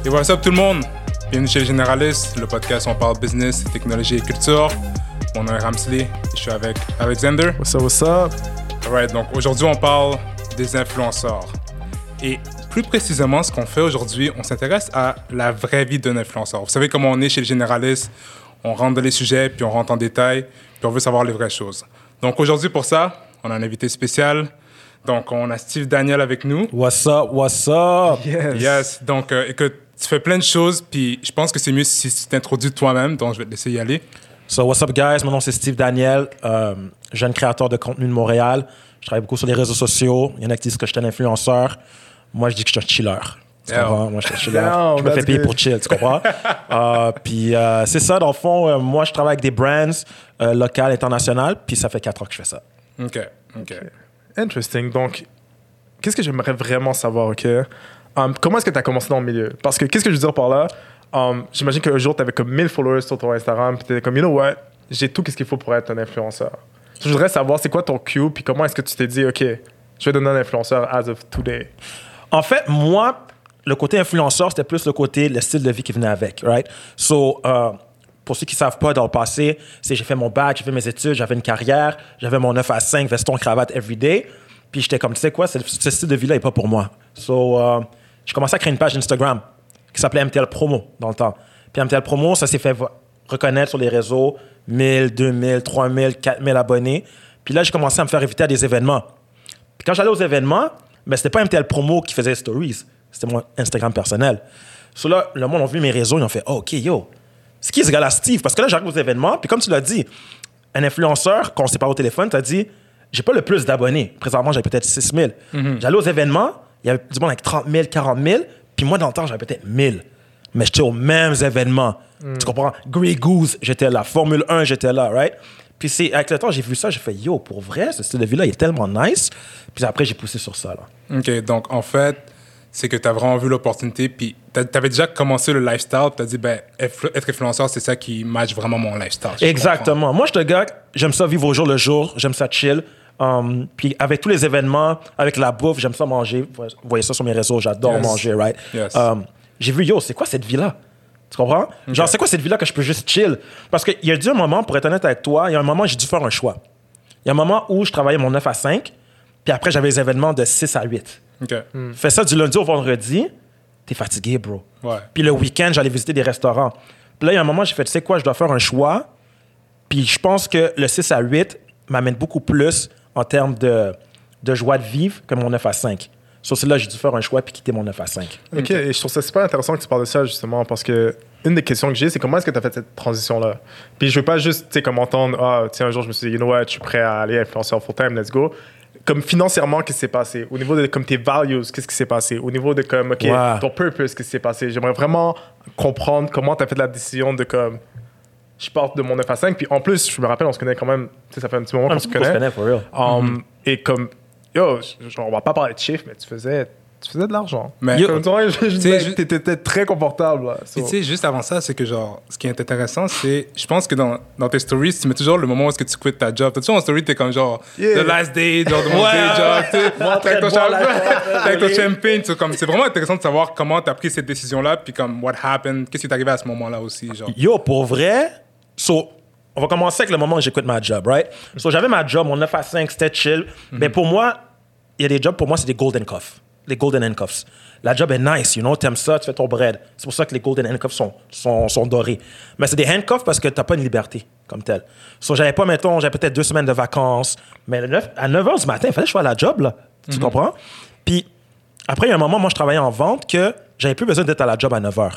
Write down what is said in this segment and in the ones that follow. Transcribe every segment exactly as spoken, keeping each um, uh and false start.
Et what's up tout le monde? Bienvenue chez les Généralistes, le podcast où on parle business, technologie et culture. Mon nom est Ramsley et je suis avec Alexander. What's up, what's up? Alright, donc aujourd'hui on parle des influenceurs. Et plus précisément, ce qu'on fait aujourd'hui, on s'intéresse à la vraie vie d'un influenceur. Vous savez comment on est chez les Généralistes, on rentre dans les sujets, puis on rentre en détail, puis on veut savoir les vraies choses. Donc aujourd'hui pour ça, on a un invité spécial. Donc on a Steve Daniel avec nous. What's up, what's up? Yes. Yes. Donc euh, écoute, tu fais plein de choses, puis je pense que c'est mieux si tu t'introduis toi-même, donc je vais te laisser y aller. So, what's up, guys? Mon nom, c'est Steve Daniel, euh, jeune créateur de contenu de Montréal. Je travaille beaucoup sur les réseaux sociaux. Il y en a qui disent que je suis un influenceur. Moi, je dis que je suis un chiller. Tu Yeah. comprends? Moi, je suis un chiller. Yeah, je me fais payer good. pour chill, tu comprends? euh, puis, euh, c'est ça, dans le fond. Euh, moi, je travaille avec des brands euh, locales, internationales, puis ça fait quatre ans que je fais ça. OK, OK. Interesting. Donc, qu'est-ce que j'aimerais vraiment savoir, OK? Um, comment est-ce que tu as commencé dans le milieu? Parce que, qu'est-ce que je veux dire par là? Um, j'imagine qu'un jour, tu avais comme mille followers sur ton Instagram, puis tu étais comme, you know what? J'ai tout ce qu'il faut pour être un influenceur. Je voudrais savoir, c'est quoi ton cue, puis comment est-ce que tu t'es dit, OK, je vais devenir un influenceur as of today? En fait, moi, le côté influenceur, c'était plus le côté, le style de vie qui venait avec, right? So, euh, pour ceux qui ne savent pas, dans le passé, c'est j'ai fait mon bac, j'ai fait mes études, j'avais une carrière, j'avais mon neuf à cinq, veston, cravate, everyday. Puis j'étais comme, tu sais quoi, ce, ce style de vie-là n'est pas pour moi. So, euh, j'ai commencé à créer une page Instagram qui s'appelait M T L Promo dans le temps. Puis M T L Promo, ça s'est fait reconnaître sur les réseaux, mille, deux mille, trois mille, quatre mille abonnés. Puis là, j'ai commencé à me faire inviter à des événements. Puis quand j'allais aux événements, ben, c'était pas M T L Promo qui faisait les stories, c'était mon Instagram personnel. So là, le monde a vu mes réseaux, ils ont fait oh, « OK, yo, c'est qui ce gars-là, Steve? » Parce que là, j'arrive aux événements, puis comme tu l'as dit, un influenceur, quand on s'est parlé au téléphone, tu as dit « J'ai pas le plus d'abonnés. » Présentement, j'avais peut-être six mille. Mm-hmm. J'allais aux événements, il y avait du monde avec trente mille, quarante mille, puis moi, dans le temps, j'avais peut-être mille. Mais j'étais aux mêmes événements. Mm. Tu comprends? Grey Goose, j'étais là. Formule un, j'étais là, right? Puis c'est, avec le temps, j'ai vu ça, j'ai fait, yo, pour vrai, ce style de vie-là, il est tellement nice. Puis après, j'ai poussé sur ça, là. OK, donc en fait, c'est que tu as vraiment vu l'opportunité, puis tu avais déjà commencé le lifestyle, puis tu as dit, ben, être influenceur, c'est ça qui match vraiment mon lifestyle. Exactement. Moi, je te gars, j'aime ça vivre au jour le jour, j'aime ça chill. Um, puis avec tous les événements, avec la bouffe, j'aime ça manger. Vous voyez ça sur mes réseaux, j'adore yes. manger, right? Yes. Um, j'ai vu, yo, c'est quoi cette vie-là? Tu comprends? Okay. Genre, c'est quoi cette vie-là que je peux juste chill? Parce qu'il y a dû un moment, pour être honnête avec toi, il y a un moment où j'ai dû faire un choix. Il y a un moment où je travaillais mon neuf à cinq, puis après, j'avais les événements de six à huit. OK. Mm. Fais ça du lundi au vendredi, t'es fatigué, bro. Ouais. Puis le week-end, j'allais visiter des restaurants. Puis là, il y a un moment, j'ai fait, tu sais quoi, je dois faire un choix. Puis je pense que le six à huit m'amène beaucoup plus en termes de, de joie de vivre que mon neuf à cinq. Sur cela, j'ai dû faire un choix puis quitter mon neuf à cinq. OK, et je trouve ça super intéressant que tu parles de ça, justement, parce que une des questions que j'ai, c'est comment est-ce que tu as fait cette transition-là? Puis je veux pas juste, tu sais, comme entendre, ah, tiens, un jour, je me suis dit, you know what, je suis prêt à aller influenceur full-time, let's go. Comme financièrement, qu'est-ce qui s'est passé? Au niveau de comme tes values, qu'est-ce qui s'est passé? Au niveau de comme, OK, wow. ton purpose, qu'est-ce qui s'est passé? J'aimerais vraiment comprendre comment tu as fait la décision de comme, je parte de mon neuf à cinq. Puis en plus, je me rappelle, on se connaît quand même, tu sais, ça fait un petit moment qu'on se connaît. On se connaît, for real. Um, mm-hmm. Et comme, yo, genre, on va pas parler de chiffres, mais tu faisais. Tu faisais de l'argent. Mais yo, comme toi, je, je disais je... que t'étais très confortable. Là, so. Tu sais, juste avant ça, c'est que genre, ce qui est intéressant, c'est, je pense que dans, dans tes stories, tu mets toujours le moment où est-ce que tu quittes ta job. T'as toujours en story, t'es comme genre, yeah. the last day, genre de mon day job, tu sais, avec ton champagne, avec ton champagne, tu sais, comme, c'est vraiment intéressant de savoir comment t'as pris cette décision-là, puis comme, what happened, qu'est-ce qui t'est arrivé à ce moment-là aussi, genre. Yo, pour vrai, so, on va commencer avec le moment où j'ai quitté ma job, right? So, j'avais ma job, mon neuf à cinq, c'était chill. Mm-hmm. Mais pour moi, il y a des jobs, pour moi, c'est des golden cuffs. Les golden handcuffs. La job est nice, you know, t'aimes ça, tu fais ton bread. C'est pour ça que les golden handcuffs sont, sont, sont dorés. Mais c'est des handcuffs parce que t'as pas une liberté comme telle. So, j'avais pas, mettons, j'avais peut-être deux semaines de vacances. Mais le neuf, à neuf heures du matin, il fallait que je sois à la job, là. Tu mm-hmm. comprends? Puis, après, il y a un moment, moi, je travaillais en vente que j'avais plus besoin d'être à la job à neuf heures.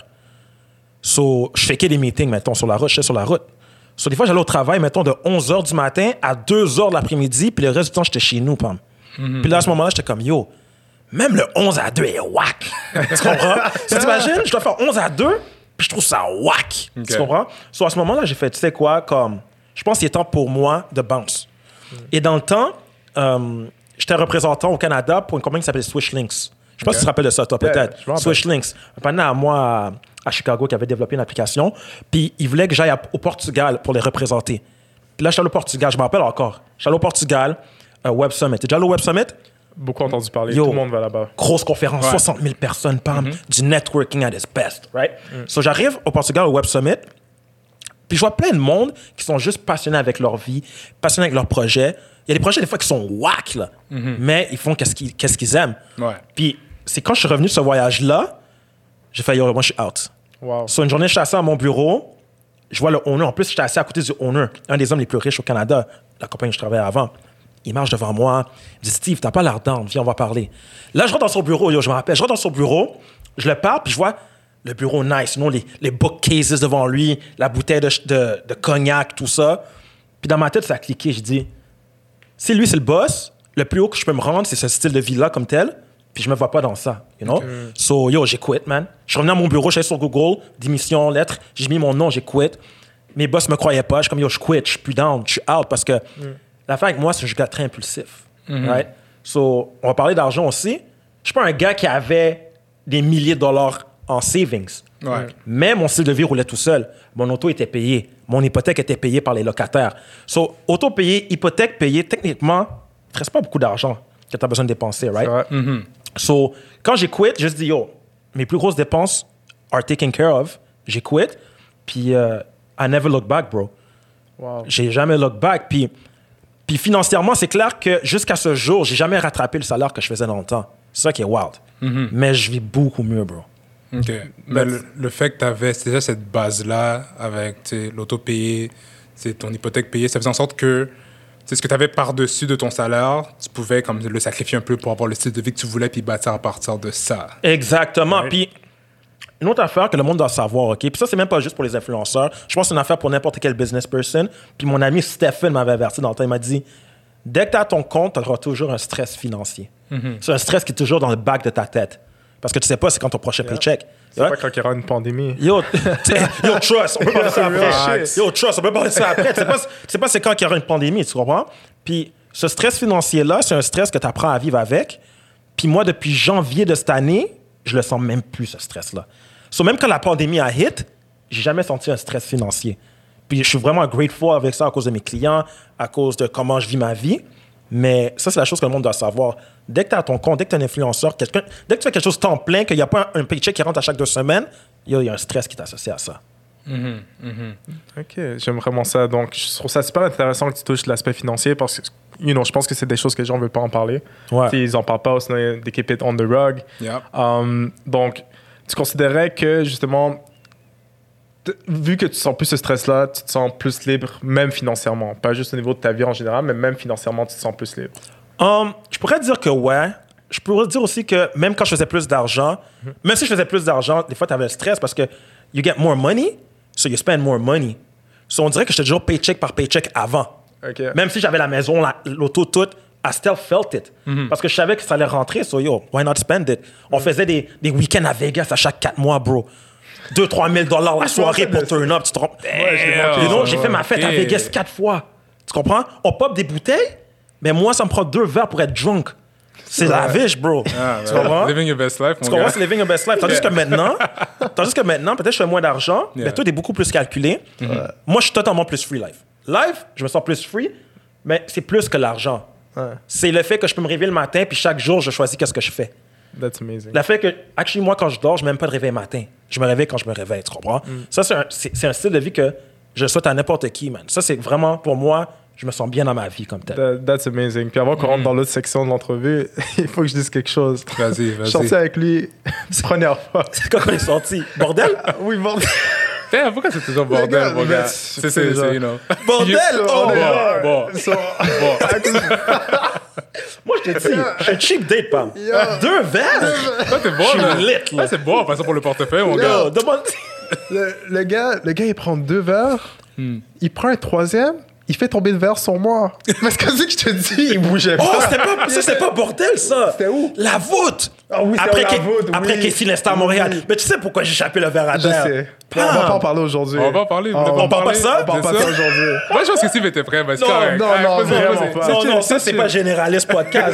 So, je faisais des meetings, mettons, sur la route, j'étais sur la route. So, des fois, j'allais au travail, mettons, de onze heures du matin à deux heures de l'après-midi, puis le reste du temps, j'étais chez nous, pam. Mm-hmm. Puis là, à ce moment-là, j'étais comme, yo, même le onze à deux est whack. Tu comprends? Tu t'imagines? Je dois faire onze à deux, puis je trouve ça whack. Okay. Tu comprends? So, à ce moment-là, j'ai fait, tu sais quoi, comme, je pense qu'il est temps pour moi de bounce. Mm. Et dans le temps, euh, j'étais représentant au Canada pour une compagnie qui s'appelle Swishlinks. Je ne sais okay. pas si tu te rappelles de ça, toi, yeah, peut-être. Swishlinks. Un partenaire à moi à, à Chicago qui avait développé une application, puis il voulait que j'aille à, au Portugal pour les représenter. Puis là, je suis allé au Portugal, je me rappelle encore. Je suis allé au Portugal, euh, Web Summit. Tu es déjà allé au Web Summit? beaucoup entendu parler. Yo. Tout le monde va là-bas. Grosse conférence, Ouais. soixante mille personnes, pam, du networking at its best, right? So, j'arrive au Portugal, au Web Summit, puis je vois plein de monde qui sont juste passionnés avec leur vie, passionnés avec leurs projets. Il y a des projets, des fois, qui sont whack, là, mais ils font qu'est-ce qu'ils, qu'est-ce qu'ils aiment. Ouais. Puis, c'est quand je suis revenu de ce voyage-là, j'ai fait, yo, moi, je suis out. Wow. Sur une journée, je suis assis à mon bureau, je vois le owner. En plus, j'étais assis à côté du owner, un des hommes les plus riches au Canada, la compagnie où je travaillais avant. Il marche devant moi, il dit, Steve, t'as pas l'air down, viens, on va parler. Là, je rentre dans son bureau, yo, je me rappelle, je rentre dans son bureau, je le parle, puis je vois le bureau nice, you know, les, les bookcases devant lui, la bouteille de, de, de cognac, tout ça. Puis dans ma tête, ça a cliqué, je dis, si lui, c'est le boss, le plus haut que je peux me rendre, c'est ce style de vie-là comme tel, puis je me vois pas dans ça, you know? So, yo, j'ai quit, man. Je suis revenu à mon bureau, je suis allé sur Google, démission, lettre, j'ai mis mon nom, j'ai quit. Mes boss me croyaient pas, je suis comme, yo, je quit, je suis plus down, je suis out, parce que l'affaire avec moi, c'est que je suis un gars très impulsif, right? So, on va parler d'argent aussi. Je suis pas un gars qui avait des milliers de dollars en savings. Ouais. Mais mon style de vie roulait tout seul. Mon auto était payé. Mon hypothèque était payée par les locataires. So, auto payé, hypothèque payée, techniquement, il ne reste pas beaucoup d'argent que tu as besoin de dépenser, right? C'est vrai. So, quand j'ai quit, j'ai juste dit, yo, mes plus grosses dépenses are taken care of. J'ai quit. Puis, euh, I never look back, bro. Wow. J'ai jamais look back. Puis, puis financièrement, c'est clair que jusqu'à ce jour, j'ai jamais rattrapé le salaire que je faisais dans le temps. C'est ça qui est wild. Mais je vis beaucoup mieux, bro. OK. Mais le, le fait que tu avais déjà cette base-là avec tu sais, l'auto payé, tu sais, ton hypothèque payée, ça faisait en sorte que tu sais, ce que tu avais par-dessus de ton salaire, tu pouvais comme le sacrifier un peu pour avoir le style de vie que tu voulais puis bâtir à partir de ça. Exactement. Ouais. Puis, une autre affaire que le monde doit savoir, OK? Puis ça, c'est même pas juste pour les influenceurs. Je pense que c'est une affaire pour n'importe quel business person. Puis mon ami Stephen m'avait averti dans le temps. Il m'a dit, dès que tu as ton compte, tu auras toujours un stress financier. C'est un stress qui est toujours dans le bac de ta tête. Parce que tu sais pas c'est quand ton prochain paycheck. C'est Ouais? pas quand il y aura une pandémie. Yo, t'sais, yo, trust, on peut parler de ça après. Facts. Yo, trust, on peut parler de ça après. Tu sais pas, tu sais pas c'est quand qu'il y aura une pandémie, tu comprends? Puis ce stress financier-là, c'est un stress que tu apprends à vivre avec. Puis moi, depuis janvier de cette année, je le sens même plus, ce stress-là. So, même quand la pandémie a hit, j'ai jamais senti un stress financier. Puis je suis vraiment grateful avec ça à cause de mes clients, à cause de comment je vis ma vie. Mais ça, c'est la chose que le monde doit savoir. Dès que tu as ton compte, dès que tu es un influenceur, quelqu'un, dès que tu fais quelque chose de temps plein, qu'il n'y a pas un, un paycheck qui rentre à chaque deux semaines, il y a un stress qui est associé à ça. Ok, j'aime vraiment ça. Donc, je trouve ça super intéressant que tu touches l'aspect financier parce que, you know, je pense que c'est des choses que les gens ne veulent pas en parler. Ouais. T'sais, ils n'en parlent pas, sinon they keep it on the rug. Yeah. Um, donc, tu considérais que, justement, t- vu que tu sens plus ce stress-là, tu te sens plus libre, même financièrement. Pas juste au niveau de ta vie en général, mais même financièrement, tu te sens plus libre. Um, je pourrais dire que ouais. Je pourrais dire aussi que même quand je faisais plus d'argent, même si je faisais plus d'argent, des fois, tu avais le stress parce que you get more money, so you spend more money. So, on dirait que j'étais toujours paycheck par paycheck avant. Ok. Même si j'avais la maison, la- l'auto, tout, I still felt it. Parce que je savais que ça allait rentrer, so yo, why not spend it? On faisait des, des week-ends à Vegas à chaque quatre mois, bro. deux à trois mille dollars la soirée pour turn up, tu te trompes. Ouais, je l'ai manqué. You know, j'ai fait ma fête à Ok. Vegas quatre fois. Tu comprends? On pop des bouteilles, mais moi, ça me prend deux verres pour être drunk. C'est lavish, bro. Ah, tu ben, comprends? living your best life, Tu mon comprends? gars. C'est living your best life. Tandis que maintenant, tandis que maintenant, peut-être je fais moins d'argent, Yeah. mais toi, t'es beaucoup plus calculé. Moi, je suis totalement plus free life. Life, je me sens plus free, mais c'est plus que l'argent. Ouais. C'est le fait que je peux me réveiller le matin, puis chaque jour, je choisis qu'est-ce que je fais. That's amazing. Le fait que, actually, moi, quand je dors, je n'aime pas de réveil matin. Je me réveille quand je me réveille, tu comprends? Ça, c'est un, c'est, c'est un style de vie que je souhaite à n'importe qui, man. Ça, c'est vraiment, pour moi, je me sens bien dans ma vie comme tel. That- that's amazing. Puis avant qu'on rentre dans l'autre section de l'entrevue, il faut que je dise quelque chose. Vas-y, Je suis sorti vas-y. avec lui première fois. C'est quand on est sorti. Bordel? Oui, bordel. Putain, pourquoi c'est toujours bordel, gars, mon mais gars? c'est- C'est, c'est c'est, genre- c'est, you know. Bordel! Oh, est Bon, bon, So, bon. moi, je t'ai dit, je suis un cheap date, Pam. Deux verres? Ça, c'est bon, Je suis là. lit, là. Ça, c'est bon, en passant pour le portefeuille, mon gars. Yo, demande... le, le gars, le gars, il prend deux verres, il prend un troisième, il fait tomber le verre sur moi. Parce que ce que je te dis, il bougeait pas. Oh, c'était pas, ça, c'était pas bordel, ça. C'était où? La voûte. Ah oui, c'était après la Ke- voûte, oui. Après Casey Lester à Montréal. Oui. Mais tu sais pourquoi j'ai échappé le verre à Je terre? sais. Pam. On va pas en parler aujourd'hui. On va en parler. Ah, vous voulez on parle pas de ça? On parle pas de ça aujourd'hui. Moi, je pense que Steve était prêt, mais c'est Non, correct. non, Ah, non, vas-y, vraiment vas-y. pas. Non, C'est non, chill, ça, c'est chill. pas généraliste podcast.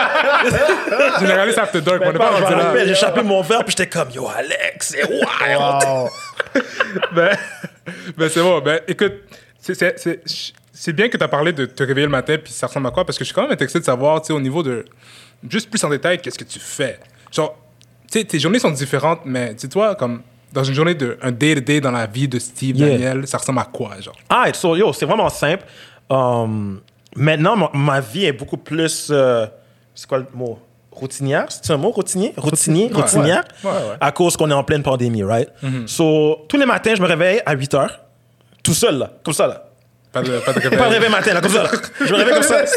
ça. Généraliste After Dark, on n'est pas Je me rendu là. rappelle, j'ai échappé mon verre, puis j'étais comme, yo, Alex, c'est wild. Wow. Ben, ben c'est bon. Ben, écoute, c'est, c'est, c'est, c'est bien que tu as parlé de te réveiller le matin, puis ça ressemble à quoi? Parce que je suis quand même intéressé de savoir, tu sais, au niveau de. Juste plus en détail, qu'est-ce que tu fais? Genre, tu sais, tes journées sont différentes, mais dis-toi, comme dans une journée de. Un day-to-day dans la vie de Steve Yeah. Daniel, ça ressemble à quoi, genre? Ah, so, yo, c'est vraiment simple. Um, maintenant, ma, ma vie est beaucoup plus. euh, c'est quoi le mot? Routinière? C'est un mot, routinier? Routinier? Ouais. Routinière? Ouais, ouais, ouais. À cause qu'on est en pleine pandémie, right? So, tous les matins, je me réveille à huit heures, tout seul, là, comme ça, là. Pas de, pas de réveil. Pas de réveil matin, là, comme ça, là. Je me réveille comme ça.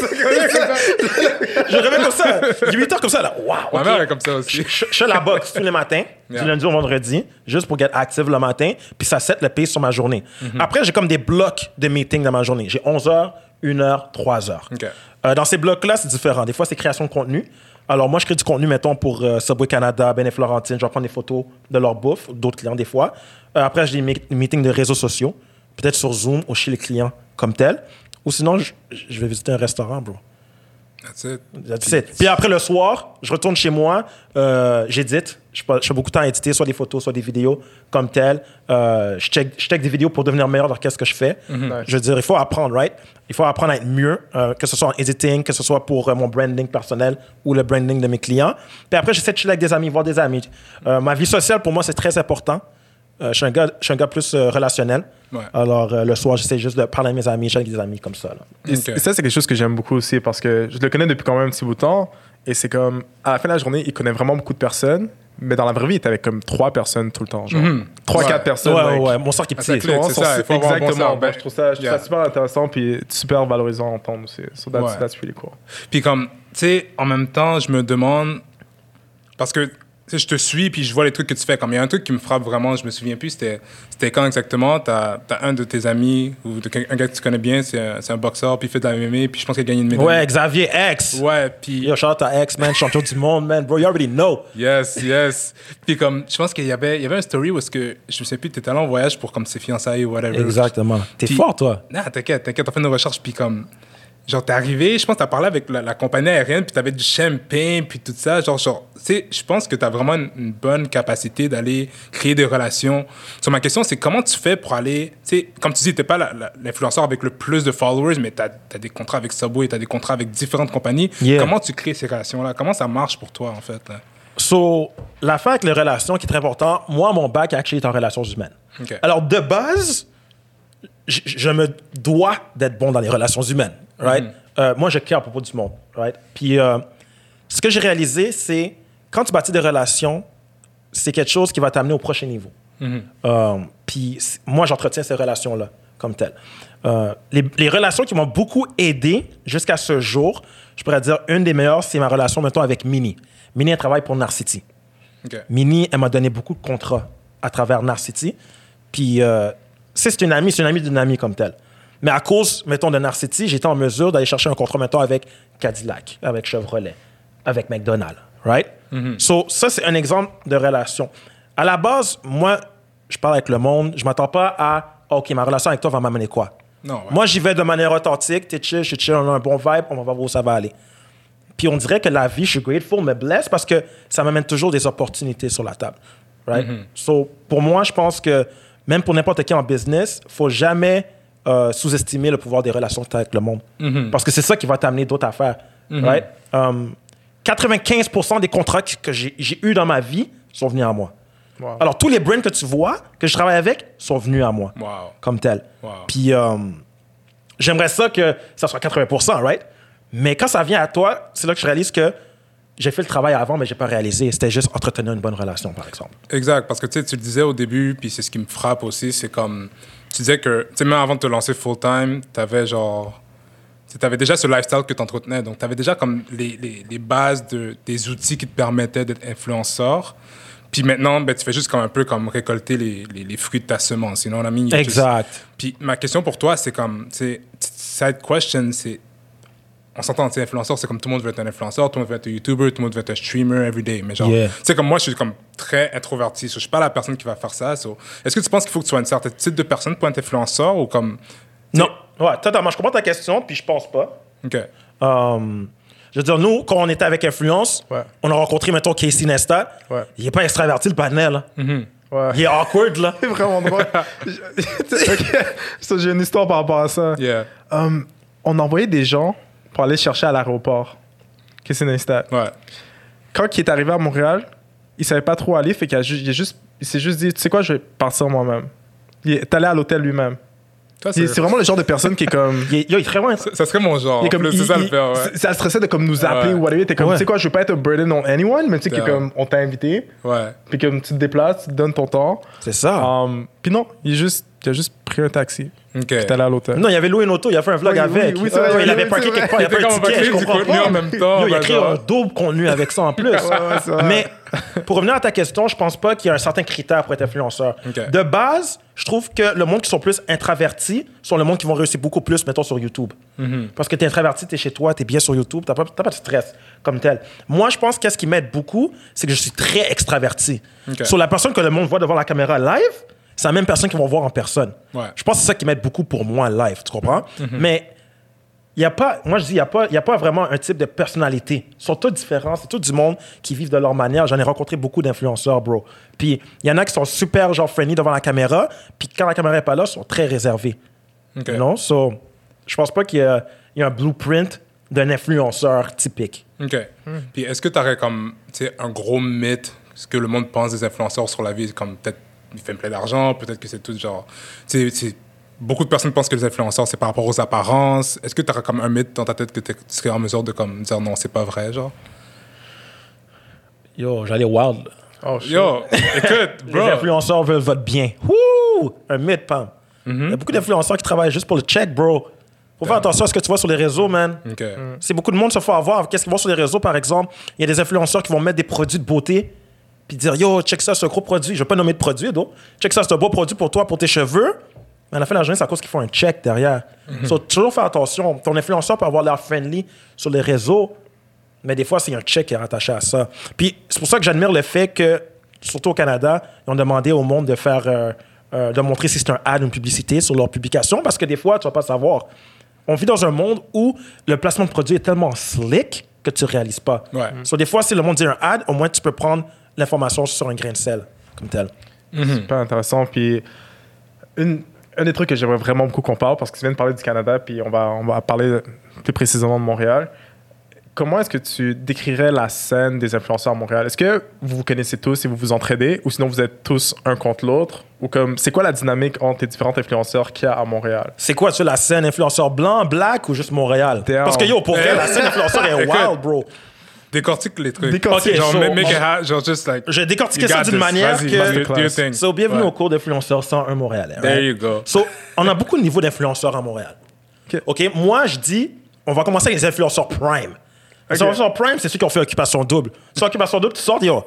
Je me réveille comme ça. huit heures comme ça, là. Waouh! Ma ok. mère est comme ça aussi. Je, je fais la boxe tous les matins, Yeah. du lundi au vendredi, juste pour être active le matin, puis ça set le pace sur ma journée. Après, j'ai comme des blocs de meetings dans ma journée. J'ai onze heures, une heure, trois heures. OK. Euh, dans ces blocs-là, c'est différent. Des fois, c'est création de contenu. Alors, moi, je crée du contenu, mettons, pour euh, Subway Canada, Ben et Florentine. Je vais prendre des photos de leur bouffe, d'autres clients, des fois. Euh, après, j'ai des mi- meetings de réseaux sociaux, peut-être sur Zoom ou chez les clients comme tel. Ou sinon, je, je vais visiter un restaurant, bro. That's it. That's it. Puis après, le soir, je retourne chez moi, euh, j'édite. Je passe je fais beaucoup de temps à éditer, soit des photos, soit des vidéos comme tel. Euh, je, check, je check des vidéos pour devenir meilleur dans ce que je fais. Nice. Je veux dire, il faut apprendre, right? Il faut apprendre à être mieux, euh, que ce soit en editing, que ce soit pour euh, mon branding personnel ou le branding de mes clients. Puis après, j'essaie de chiller avec des amis, voir des amis. Euh, ma vie sociale, pour moi, c'est très important. Euh, je suis un gars, je suis un gars plus euh, relationnel. Ouais. Alors, euh, le soir, j'essaie juste de parler à mes amis, chiller avec des amis comme ça. Là. Et Ok. et ça, c'est quelque chose que j'aime beaucoup aussi parce que je le connais depuis quand même un petit bout de temps. Et c'est comme, à la fin de la journée, il connaît vraiment beaucoup de personnes. Mais dans la vraie vie, il est avec comme trois personnes tout le temps. Genre. Mhm. Trois, Ouais. quatre personnes. Ouais, like, ouais, ouais. Mon soeur qui est Ah, c'est petit. clair. vraiment, c'est ça, il faut avoir un bon exactement. cerveau. Ben, je trouve ça, je trouve Yeah. ça super intéressant puis super valorisant à entendre aussi. So that's, Ouais. that's really cool. Puis comme, tu sais, en même temps, je me demande, parce que, tu sais, je te suis, puis je vois les trucs que tu fais. Comme il y a un truc qui me frappe vraiment, je me souviens plus, c'était, c'était quand exactement, t'as, t'as un de tes amis, ou de, quel- un gars que tu connais bien, c'est un, c'est un boxeur, puis il fait de la M M A, puis je pense qu'il a gagné une médaille. Ouais, Xavier X. Ouais, puis... Yo, shout out à X, man, champion du monde, man. Bro, you already know. Yes, yes. Puis comme, je pense qu'il y avait, il y avait un story où est-ce que, je me sais plus, t'étais allé en voyage pour comme ses fiançailles ou whatever. Exactement. T'es Puis- fort, toi. Non, t'inquiète, t'inquiète, on fait nos recherches, puis comme, genre, t'es arrivé, je pense que t'as parlé avec la, la compagnie aérienne, puis t'avais du champagne, puis tout ça, genre, genre tu sais, je pense que t'as vraiment une, une bonne capacité d'aller créer des relations. So, ma question, c'est comment tu fais pour aller, tu sais, comme tu dis, t'es pas la- la- l'influenceur avec le plus de followers, mais t'as as des contrats avec Subway, t'as des contrats avec différentes compagnies. Yeah. Comment tu crées ces relations-là? Comment ça marche pour toi, en fait? Là? So, l'affaire avec les relations qui est très important, moi, mon bac, actually, est en relations humaines. Ok. Alors, de base, je, je me dois d'être bon dans les relations humaines, right? Euh, moi, je care à propos du monde, right? Puis, euh, ce que j'ai réalisé, c'est quand tu bâtis des relations, c'est quelque chose qui va t'amener au prochain niveau. Euh, puis, c- moi, j'entretiens ces relations-là comme telles. Euh, les, les relations qui m'ont beaucoup aidé jusqu'à ce jour, je pourrais dire, une des meilleures, c'est ma relation, mettons, avec Mini. Mini, elle travaille pour Narcity. OK. Mini, elle m'a donné beaucoup de contrats à travers Narcity. Puis, euh, c'est c'est une amie, c'est une amie d'une amie comme telle. Mais à cause, mettons, de Narcity, j'étais en mesure d'aller chercher un contrat, mettons, avec Cadillac, avec Chevrolet, avec McDonald's, right? So, ça, c'est un exemple de relation. À la base, moi, je parle avec le monde, je m'attends pas à, OK, ma relation avec toi va m'amener quoi? Non, ouais. Moi, j'y vais de manière authentique, t'es chill, je suis chill, on a un bon vibe, on va voir où ça va aller. Puis on dirait que la vie, je suis grateful, me blesse parce que ça m'amène toujours des opportunités sur la table. Right? So, pour moi, je pense que même pour n'importe qui en business, il faut jamais euh, sous-estimer le pouvoir des relations que tu as avec le monde. Parce que c'est ça qui va t'amener d'autres affaires. Right? Um, quatre-vingt-quinze pour cent des contrats que que j'ai j'ai eus dans ma vie sont venus à moi. Wow. Alors, tous les brands que tu vois, que je travaille avec, sont venus à moi Wow. comme tel. Wow. Puis euh, j'aimerais ça que ça soit quatre-vingts pour cent, right? Mais quand ça vient à toi, c'est là que je réalise que j'ai fait le travail avant, mais j'ai pas réalisé. C'était juste entretenir une bonne relation, par exemple. Exact, parce que tu sais, tu le disais au début, puis c'est ce qui me frappe aussi, c'est comme, tu disais que, tu sais, même avant de te lancer full-time, t'avais genre, tu avais déjà ce lifestyle que tu entretenais, donc tu avais déjà comme les, les, les bases de, des outils qui te permettaient d'être influenceur. Puis maintenant, ben, tu fais juste comme un peu comme récolter les, les, les fruits de ta semence. Sinon, on a mis. Exact. Puis ma question pour toi, c'est comme, c'est side question, c'est, on s'entend, tu sais, influenceur, c'est comme tout le monde veut être un influenceur, tout le monde veut être un YouTuber, tout le monde veut être un streamer everyday. Mais genre, Yeah. tu sais, comme moi, je suis comme très introverti. So, je suis pas la personne qui va faire ça. So, est-ce que tu penses qu'il faut que tu sois une certaine type de personne pour être influenceur ou comme. Non. Ouais, totalement. Je comprends ta question, puis je pense pas. OK. Euh, je veux dire, nous, quand on était avec Influence, Ouais. on a rencontré, mettons, Casey Nesta. Ouais. Il est pas extraverti, le panel. Là. Ouais. Il est awkward, là. C'est vraiment drôle. Ok. So, j'ai une histoire par rapport à ça. Yeah. Um, on envoyait des gens pour aller chercher à l'aéroport. Casey Neistat. Ouais. Quand il est arrivé à Montréal, il savait pas trop où aller, fait qu'il a ju- il, a juste, il s'est juste dit, tu sais quoi, je vais partir moi-même. Il est allé à l'hôtel lui-même. Ça, Il- C'est vraiment le genre de personne qui est comme... Il est, yo, il est très loin. Ça, ça serait mon genre. Il est comme, Plus, il- c'est ça le il- faire, ouais. c'est- Ça stressait de comme nous appeler Ouais. ou whatever. T'es comme, Ouais. tu sais quoi, je veux pas être un burden on anyone, mais tu sais que Yeah. comme on t'a invité, Ouais. puis comme tu te déplaces, tu te donnes ton temps. C'est ça. Um, puis non, il, est juste, il a juste pris un taxi. OK. Puis t'es allé à l'hôtel. Non, il avait loué une auto, il a fait un vlog Oui, oui, avec. oui, c'est vrai, Ouais, oui, il avait oui, parqué c'est quelque vrai. part, il a Il était pas un comme ticket, parqué je du comprends contenu pas. en même temps, Yo, il a ben, créé genre. un double contenu avec ça en plus. Ouais, ouais, c'est vrai. Mais pour revenir à ta question, je pense pas qu'il y a un certain critère pour être influenceur. Ok. De base, je trouve que le monde qui sont plus introvertis sont le monde qui vont réussir beaucoup plus, mettons, sur YouTube. Parce que t'es introverti, t'es chez toi, t'es bien sur YouTube, t'as pas, t'as pas de stress comme tel. Moi, je pense qu'est-ce qui m'aide beaucoup, c'est que je suis très extraverti. Ok. Sur la personne que le monde voit devant la caméra live, c'est la même personne qu'ils vont voir en personne. Ouais. Je pense que c'est ça qui m'aide beaucoup pour moi live, tu comprends? Mais il y a pas, moi je dis, il n'y a, pas- il y a pas vraiment un type de personnalité. Ils sont tous différents, c'est tout du monde qui vivent de leur manière. J'en ai rencontré beaucoup d'influenceurs, bro. Puis il y en a qui sont super genre friendly devant la caméra, puis quand la caméra n'est pas là, ils sont très réservés. OK. You know? So, je pense pas qu'il y a, il y a un blueprint d'un influenceur typique. OK. Puis est-ce que tu aurais comme, tu sais, un gros mythe, ce que le monde pense des influenceurs sur la vie, comme peut-être ils font plein d'argent, peut-être que c'est tout genre, tu sais, c'est- beaucoup de personnes pensent que les influenceurs, c'est par rapport aux apparences. Est-ce que tu aurais comme un mythe dans ta tête que t'es- tu serais en mesure de comme dire non, c'est pas vrai, genre? Yo, j'allais wild. là. Oh, shit. Yo, écoute, Les bro. influenceurs veulent votre bien. Wouh! Un mythe, Pam. Il y a beaucoup d'influenceurs qui travaillent juste pour le check, bro. Faut faire attention à ce que tu vois sur les réseaux, man. OK. C'est beaucoup de monde se fait avoir. Qu'est-ce qu'ils vont sur les réseaux, par exemple? Il y a des influenceurs qui vont mettre des produits de beauté puis dire, yo, check ça, c'est un gros produit. Je vais pas nommer de produit, donc. Check ça, c'est un beau produit pour toi, pour tes cheveux. Mais à la fin de la journée, c'est à cause qu'ils font un check derrière. So, toujours faire attention. Ton influenceur peut avoir l'air friendly sur les réseaux, mais des fois, c'est un check qui est rattaché à ça. Puis c'est pour ça que j'admire le fait que, surtout au Canada, ils ont demandé au monde de faire, euh, euh, de montrer si c'est un ad ou une publicité sur leur publication, parce que des fois, tu vas pas savoir. On vit dans un monde où le placement de produit est tellement slick que tu ne réalises pas. Ouais. So, des fois, si le monde dit un ad, au moins, tu peux prendre l'information sur un grain de sel, comme tel. Super intéressant. Puis, une, un des trucs que j'aimerais vraiment beaucoup qu'on parle, parce que tu viens de parler du Canada, puis on va, on va parler plus précisément de Montréal. Comment est-ce que tu décrirais la scène des influenceurs à Montréal? Est-ce que vous vous connaissez tous et vous vous entraidez, ou sinon vous êtes tous un contre l'autre? Ou comme, c'est quoi la dynamique entre les différents influenceurs qu'il y a à Montréal? C'est quoi, tu sais, la scène influenceur blanc, black ou juste Montréal? Damn. Parce que, yo, pour vrai, Eh, la scène influenceur est écoute, wild, bro. Décortique les trucs. Décortique, genre, so, make make bon. it ha- genre, just like. J'ai décortiqué you ça got d'une this. manière Vas-y, que- vas-y, do your thing. So, bienvenue Ouais. au cours d'influenceurs cent un Montréalais. There right? you go. So, on a beaucoup de niveaux d'influenceurs à Montréal. OK. OK? Moi, je dis, on va commencer avec les influenceurs prime. Les OK. influenceurs prime, c'est ceux qui ont fait Occupation Double. Sur Occupation Double, tu sors, yo.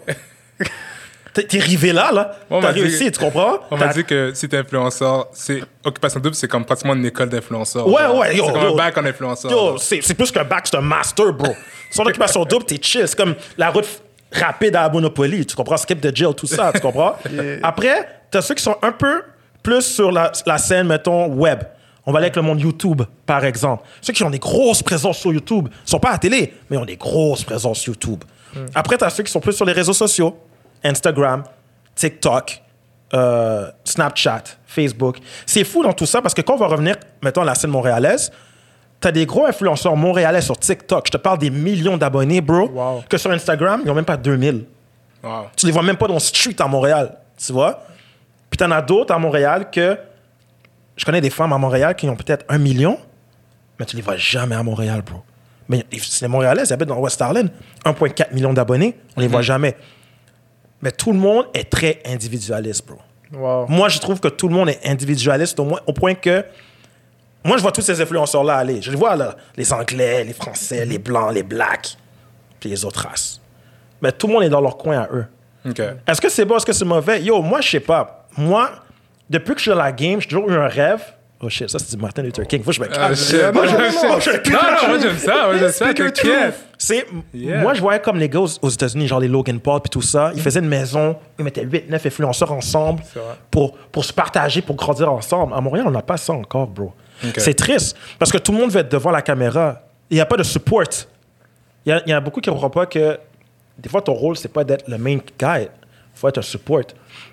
T'es t'es rivé là, là. On T'as m'a dit- réussi, tu comprends? On m'a T'as- dit que si t'es influenceur, c'est Occupation Double, c'est comme pratiquement une école d'influenceurs. Ouais, genre. ouais, yo, C'est comme yo. un bac en influenceur. Yo, genre. c'est c'est plus qu'un bac, c'est un master, bro. Sur l'occupation double, t'es chill. C'est comme la route f- rapide à la Monopoly. Tu comprends? Skip de jail, tout ça, tu comprends? Après, t'as ceux qui sont un peu plus sur la, la scène, mettons, web. On va aller avec le monde YouTube, par exemple. Ceux qui ont des grosses présences sur YouTube. Ils sont pas à la télé, mais ils ont des grosses présences YouTube. Après, t'as ceux qui sont plus sur les réseaux sociaux. Instagram, TikTok, euh, Snapchat, Facebook. C'est fou dans tout ça parce que quand on va revenir, mettons, à la scène montréalaise, t'as des gros influenceurs montréalais sur TikTok. Je te parle des millions d'abonnés, bro. Wow. Que sur Instagram, ils n'ont même pas deux mille. Wow. Tu les vois même pas dans le street à Montréal, tu vois? Puis t'en as d'autres à Montréal que... Je connais des femmes à Montréal qui ont peut-être un million, mais tu les vois jamais à Montréal, bro. Mais c'est les Montréalais, ils habitent dans West Island. un virgule quatre million d'abonnés, on les voit jamais. Mais tout le monde est très individualiste, bro. Wow. Moi, je trouve que tout le monde est individualiste au, moins, au point que... Moi, je vois tous ces influenceurs-là aller. Je les vois, là. Les Anglais, les Français, les Blancs, les Blacks, puis les autres races. Mais tout le monde est dans leur coin à eux. OK. Est-ce que c'est bon, est-ce que c'est mauvais? Yo, moi, je sais pas. Moi, depuis que je suis dans la game, j'ai toujours eu un rêve. Oh shit, ça, c'est du Martin Luther King. Faut que je me Ah, calme. shit. Moi, je- Ah, shit. moi, je- Non, non, moi j'aime ça, moi j'aime ça, t'inquiète. C'est, Yeah. Moi, je voyais comme les gars aux, aux États-Unis, genre les Logan Paul puis tout ça, ils faisaient une maison, ils mettaient huit neuf influenceurs ensemble C'est vrai. pour, pour se partager, pour grandir ensemble. À Montréal, on n'a pas ça encore, bro. Ok. C'est triste parce que tout le monde veut être devant la caméra. Il n'y a pas de support. Il y a, il y a beaucoup qui ne comprennent pas que des fois, ton rôle, c'est pas d'être le main guy. Il faut être un support.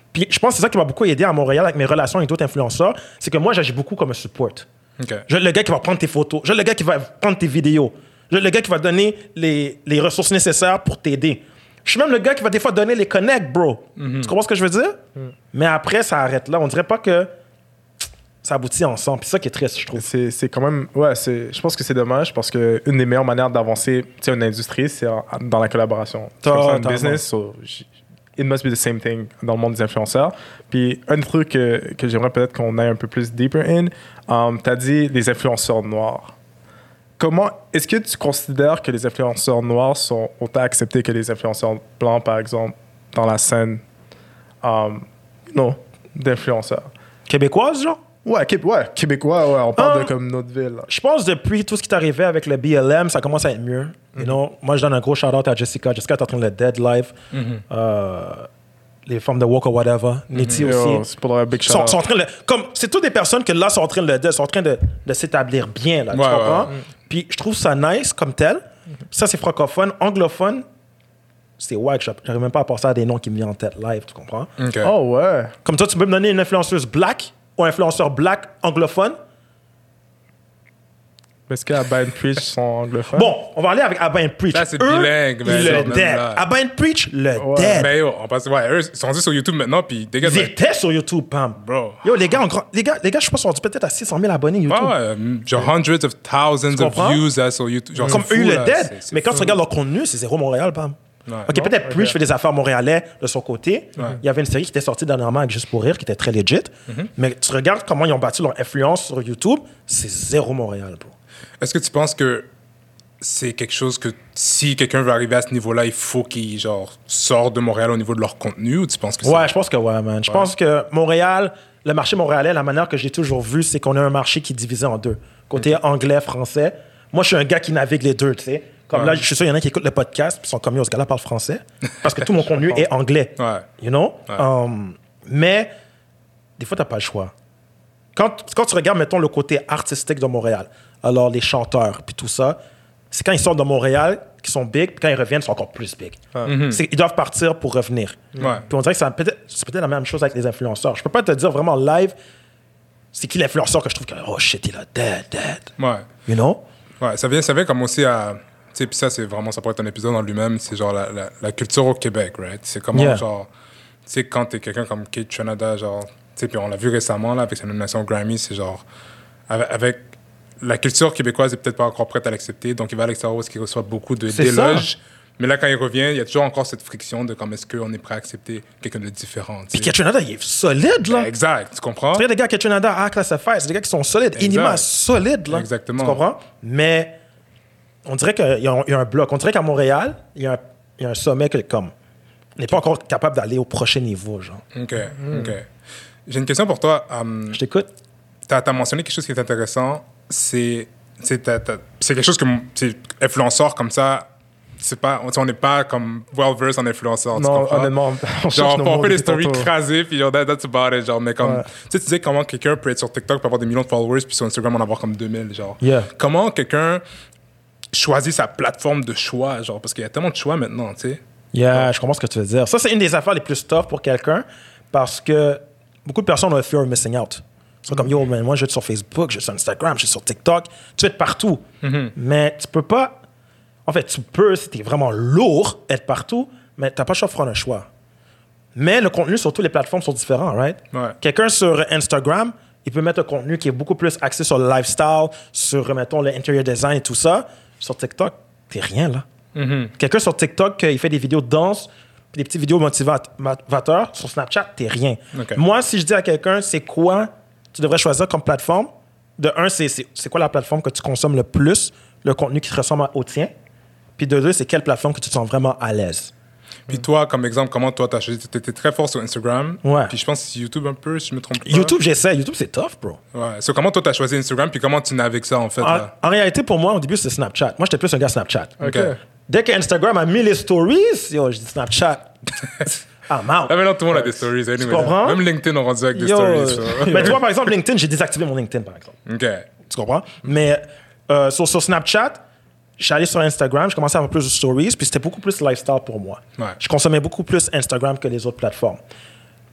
Puis je pense que c'est ça qui m'a beaucoup aidé à Montréal avec mes relations avec d'autres influenceurs. C'est que moi, j'agis beaucoup comme un support. OK. Je suis le gars qui va prendre tes photos. Je suis le gars qui va prendre tes vidéos. Je suis le gars qui va donner les, les ressources nécessaires pour t'aider. Je suis même le gars qui va des fois donner les connects, bro. Mm-hmm. Tu comprends ce que je veux dire? Mm. Mais après, ça arrête là. On dirait pas que ça aboutit ensemble. Puis c'est ça qui est triste, je trouve. C'est, c'est quand même... Ouais, c'est, je pense que c'est dommage parce qu'une des meilleures manières d'avancer une industrie, c'est en, dans la collaboration. C'est comme ça, un business, so, it must be the same thing dans le monde des influenceurs. Puis un truc que, que j'aimerais peut-être qu'on aille un peu plus deeper in, um, tu as dit les influenceurs noirs. Comment, est-ce que tu considères que les influenceurs noirs sont autant acceptés que les influenceurs blancs, par exemple, dans la scène um, non, d'influenceurs? Québécoise, genre? Ouais, Qué- ouais, québécois, ouais, on parle Ah. de comme notre ville. Là. Je pense depuis tout ce qui est arrivé avec le B L M, ça commence à être mieux. You know? Moi, je donne un gros shout-out à Jessica. Jessica est en train de le dead live. Mm-hmm. Euh, les femmes de Walk or Whatever. Nitty Yo, aussi. c'est pour un big Sont, shout-out. sont en train de, comme, c'est toutes des personnes que là sont en train de le dead, sont en train de, de s'établir bien. Là, tu Ouais, comprends? ouais. Puis je trouve ça nice comme tel. Ça, c'est francophone. Anglophone, c'est wack. J'arrive même pas à penser à des noms qui me viennent en tête live. Tu comprends? OK. Oh ouais. Comme toi, tu peux me donner une influenceuse black ou un influenceur black anglophone. Est-ce qu'Abba and Preach sont anglophones? Bon, on va aller avec Abba and Preach. Là, c'est Eux, bilingue, mais ils genre, le même dead. là. Abba and Preach, le Ouais. dead. Mais yo, on passe, ouais, eux, ils sont rendus sur YouTube maintenant, puis des gars, Ils étaient sur YouTube, Pam. Bro. Yo, les gars, ont grand- les gars, les gars, je pense, sont rendus peut-être à six cent mille abonnés YouTube. ouais, ouais, genre hundreds of thousands Tu of comprends? views là, sur YouTube. Genre, Comme c'est eux, fou, le là, dead. c'est- c'est Mais quand fou. tu regardes leur contenu, c'est zéro Montréal, Pam. Ouais. Ok, Non? peut-être Ok. Preach fait des affaires montréalais de son côté. Il y avait une série qui était sortie dernièrement avec Juste pour rire, qui était très legit. Mm-hmm. Mais tu regardes comment ils ont bâti leur influence sur YouTube, c'est zéro Montréal, bro. Est-ce que tu penses que c'est quelque chose que si quelqu'un veut arriver à ce niveau-là, il faut qu'il genre sorte de Montréal au niveau de leur contenu, ou tu penses que c'est... Ouais, je pense que ouais, man. Je pense que Montréal, le marché montréalais, la manière que j'ai toujours vu, c'est qu'on a un marché qui est divisé en deux. Côté anglais, français. Moi, je suis un gars qui navigue les deux, tu sais. Comme Ouais. là, je suis sûr, il y en a qui écoutent le podcast, puis ils sont comme, yo, ce gars-là parle français. Parce que tout mon contenu est anglais. Ouais. You know? Ouais. Um, mais, des fois, t'as pas le choix. Quand, quand tu regardes, mettons, le côté artistique de Montréal, alors les chanteurs, puis tout ça, c'est quand ils sortent de Montréal qu'ils sont big, puis quand ils reviennent, ils sont encore plus big. C'est- Ils doivent partir pour revenir. Ouais. Puis on dirait que ça peut-être- c'est peut-être la même chose avec les influenceurs. Je peux pas te dire vraiment live, c'est qui l'influenceur que je trouve que, oh shit, il a dead, dead. Ouais. You know? Ouais, ça vient, ça vient comme aussi à... Tu sais, puis ça, c'est vraiment, ça pourrait être un épisode en lui-même, c'est genre la, la, la culture au Québec, right? C'est comment, Yeah. genre... Tu sais, quand t'es quelqu'un comme Kate Trinidad, genre... Tu sais, puis on l'a vu récemment, là, avec sa nomination Grammy, c'est genre... Avec... avec la culture québécoise est peut-être pas encore prête à l'accepter, donc il va à l'extérieur où il reçoit beaucoup de C'est d'éloges. Mais là, quand il revient, il y a toujours encore cette friction de comme est-ce qu'on est prêt à accepter quelqu'un de différent. tu Puis sais. Ketchenada, il est solide, là. Exact, tu comprends? Tu regardes des gars Ketchenada, ah, classe F R, c'est des gars qui sont solides. Exact. Inima, solide, là. Exactement. Tu comprends? Mais on dirait qu'il y, a un- il y a un bloc. On dirait qu'à Montréal, il y, a un- il y a un sommet que, comme, on n'est pas encore capable d'aller au prochain niveau, genre. OK, OK. J'ai une question pour toi. Um, Je t'écoute. tu as mentionné quelque chose qui est intéressant. C'est c'est t'as- t'as- c'est quelque chose que c'est influenceur comme ça. C'est pas, on n'est pas comme well-versed en influenceur. tu Non, comprends? honnêtement, on cherche Genre, nos on mots fait des depuis stories tantôt. crasées, puis genre, that- that's about it, genre, mais comme, Ouais. tu sais, tu disais comment quelqu'un peut être sur TikTok, peut avoir des millions de followers, puis sur Instagram, en avoir comme deux mille, genre. Yeah. Comment quelqu'un choisit sa plateforme de choix, genre, parce qu'il y a tellement de choix maintenant, tu sais. Yeah, je comprends ce que tu veux dire. Ça, c'est une des affaires les plus tough pour quelqu'un parce que beaucoup de personnes ont le fear of missing out. C'est comme, yo, man, moi, je vais être sur Facebook, je vais sur Instagram, je suis sur TikTok. Tu vas être partout. Mais tu peux pas... En fait, tu peux, si t'es vraiment lourd, être partout, mais t'as pas le choix de prendre un choix. Mais le contenu sur toutes les plateformes sont différents, right? Ouais. Quelqu'un sur Instagram, il peut mettre un contenu qui est beaucoup plus axé sur le lifestyle, sur, mettons, le interior design et tout ça. Sur TikTok, t'es rien, là. Quelqu'un sur TikTok, il fait des vidéos de danse, puis des petites vidéos motivat- motivateurs. Sur Snapchat, t'es rien. Ok. Moi, si je dis à quelqu'un, c'est quoi tu devrais choisir comme plateforme, de un, c'est, c'est, c'est quoi la plateforme que tu consommes le plus, le contenu qui te ressemble au tien. Puis de deux, c'est quelle plateforme que tu te sens vraiment à l'aise. Puis toi, comme exemple, comment toi, t'as choisi? T'étais très fort sur Instagram. Ouais. Puis je pense que c'est YouTube un peu, si je me trompe pas. YouTube, j'essaie. YouTube, c'est tough, bro. Ouais. So, comment toi, t'as choisi Instagram, puis comment tu navigues ça, en fait, En, là? en réalité, pour moi, au début, c'était Snapchat. Moi, j'étais plus un gars Snapchat. OK. Dès que Instagram a mis les stories, yo, je dis Snapchat. I'm out. Là, maintenant, tout le monde a des stories. Anyway, comprends? Même LinkedIn ont rendu avec des Yo, stories. so. mais tu vois, par exemple, LinkedIn, j'ai désactivé mon LinkedIn, par exemple. OK. Tu comprends? Mais euh, sur, sur Snapchat, je suis allé sur Instagram, je commençais à avoir plus de stories, puis c'était beaucoup plus lifestyle pour moi. Ouais. Je consommais beaucoup plus Instagram que les autres plateformes.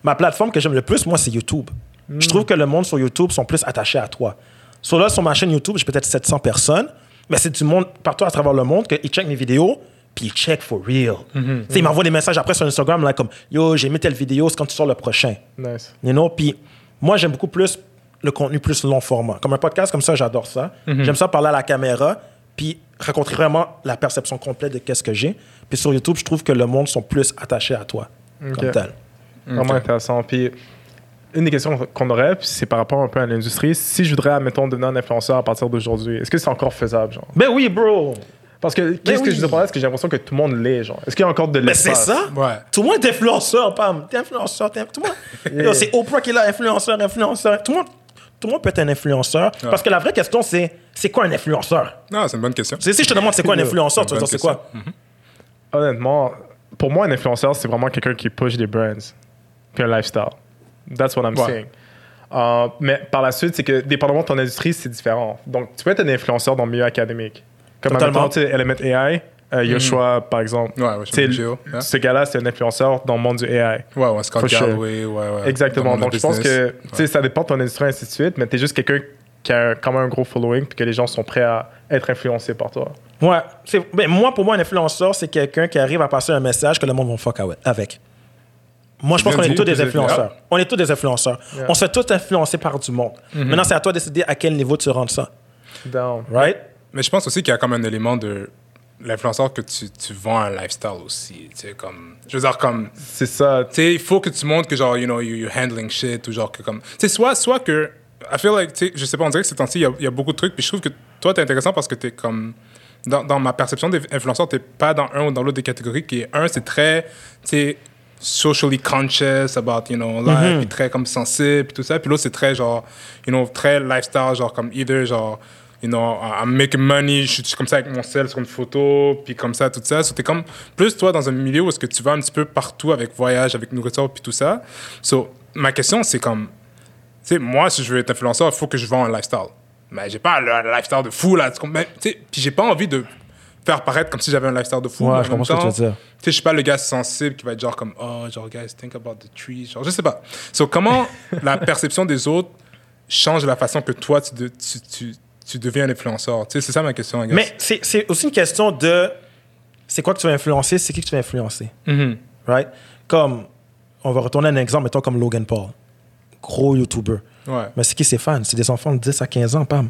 ma plateforme que j'aime le plus, moi, c'est YouTube. Mm. Je trouve que le monde sur YouTube sont plus attachés à toi. Sur là, sur ma chaîne YouTube, j'ai peut-être sept cents personnes, mais c'est du monde partout à travers le monde qu'ils checkent mes vidéos, puis ils checkent for real. Mm-hmm. Ils m'envoient des messages après sur Instagram, là, comme « Yo, j'ai mis telle vidéo, c'est quand tu sors le prochain. » Nice. You know? Puis moi, j'aime beaucoup plus le contenu plus long format. Comme un podcast comme ça, j'adore ça. Mm-hmm. J'aime ça parler à la caméra, puis raconter vraiment la perception complète de qu'est-ce que j'ai. Puis sur YouTube, je trouve que le monde sont plus attachés à toi, okay. comme tel. Vraiment okay. intéressant. Puis une des questions qu'on aurait, puis c'est par rapport un peu à l'industrie, si je voudrais, admettons, devenir un influenceur à partir d'aujourd'hui, est-ce que c'est encore faisable, genre? Ben oui, bro! Parce que, qu'est-ce ben que oui. je disais par là, c'est que j'ai l'impression que tout le monde l'est, genre. Est-ce qu'il y a encore de l'espace? Mais c'est ça! Ouais. Tout le monde est influenceur, Pam. T'es influenceur, t'es... Tout le monde... yeah. C'est Oprah qui est là, influenceur, influenceur. Tout le monde... Tout le monde peut être un influenceur. Ouais. Parce que la vraie question, c'est c'est quoi un influenceur? Non, c'est une bonne question. C'est, si je te demande c'est quoi un influenceur, tu vas dire c'est quoi? Mm-hmm. Honnêtement, pour moi, un influenceur, c'est vraiment quelqu'un qui push des brands puis un lifestyle. That's what I'm ouais. saying. Uh, mais par la suite, c'est que dépendamment de ton industrie, c'est différent. Donc, tu peux être un influenceur dans le milieu académique. Comme maintenant, tu sais, Element A I, uh, Yoshua, mm-hmm. par exemple. Ouais, ouais, Geo, yeah. Ce gars-là, c'est un influenceur dans le monde du A I. Ouais, ouais, Scott Galloway, sure. ouais, ouais. Exactement. Donc, je pense que, tu sais, ouais. ça dépend de ton industrie, ainsi de suite, mais tu es juste quelqu'un qui a quand même un gros following puis que les gens sont prêts à être influencés par toi. Ouais. C'est, ben, moi, pour moi, un influenceur, c'est quelqu'un qui arrive à passer un message que le monde va fuck avec. Moi, je pense qu'on est tous des influenceurs. On est tous des influenceurs. Yeah. On se fait tous influencer par du monde. Mm-hmm. Maintenant, c'est à toi de décider à quel niveau tu rentres ça. Down. Right? Mais je pense aussi qu'il y a comme un élément de l'influenceur que tu, tu vends un lifestyle aussi. Tu sais, comme... Je veux dire, comme... C'est ça. Tu sais, il faut que tu montres que, genre, you know, you, you're handling shit ou genre que comme... Tu sais, soit, soit que... I feel like, tu sais, je sais pas, on dirait que ces temps-ci, il y, y a beaucoup de trucs, puis je trouve que toi, t'es intéressant parce que t'es comme... Dans, dans ma perception des influenceurs, t'es pas dans un ou dans l'autre des catégories, qui est un, c'est très, tu sais, socially conscious about, you know, life, mm-hmm. puis très comme sensible, puis tout ça. Puis l'autre, c'est très, genre, you know, très lifestyle, genre, comme either, genre, you know, I'm making money, je suis comme ça avec mon sel sur une photo, puis comme ça, tout ça. So, t'es comme plus, toi, dans un milieu où est-ce que tu vas un petit peu partout avec voyage, avec nourriture, puis tout ça. So, ma question, c'est comme, tu sais, moi, si je veux être influenceur, il faut que je vende un lifestyle. Mais j'ai pas le lifestyle de fou, là. Puis j'ai pas envie de faire paraître comme si j'avais un lifestyle de fou. Ouais, je comprends ce que tu veux dire. Tu sais, je suis pas le gars sensible qui va être genre comme, oh, genre, guys, think about the trees. Genre, je sais pas. So, comment la perception des autres change la façon que toi, tu, de, tu, tu, tu deviens un influenceur? Tu sais, c'est ça ma question, I guess. Mais c'est, c'est aussi une question de c'est quoi que tu vas influencer, c'est qui que tu vas influencer. Mm-hmm. Right? Comme, on va retourner à un exemple, mettons comme Logan Paul. Gros YouTuber. Ouais. Mais c'est qui ses fans? C'est des enfants de dix à quinze ans, pam.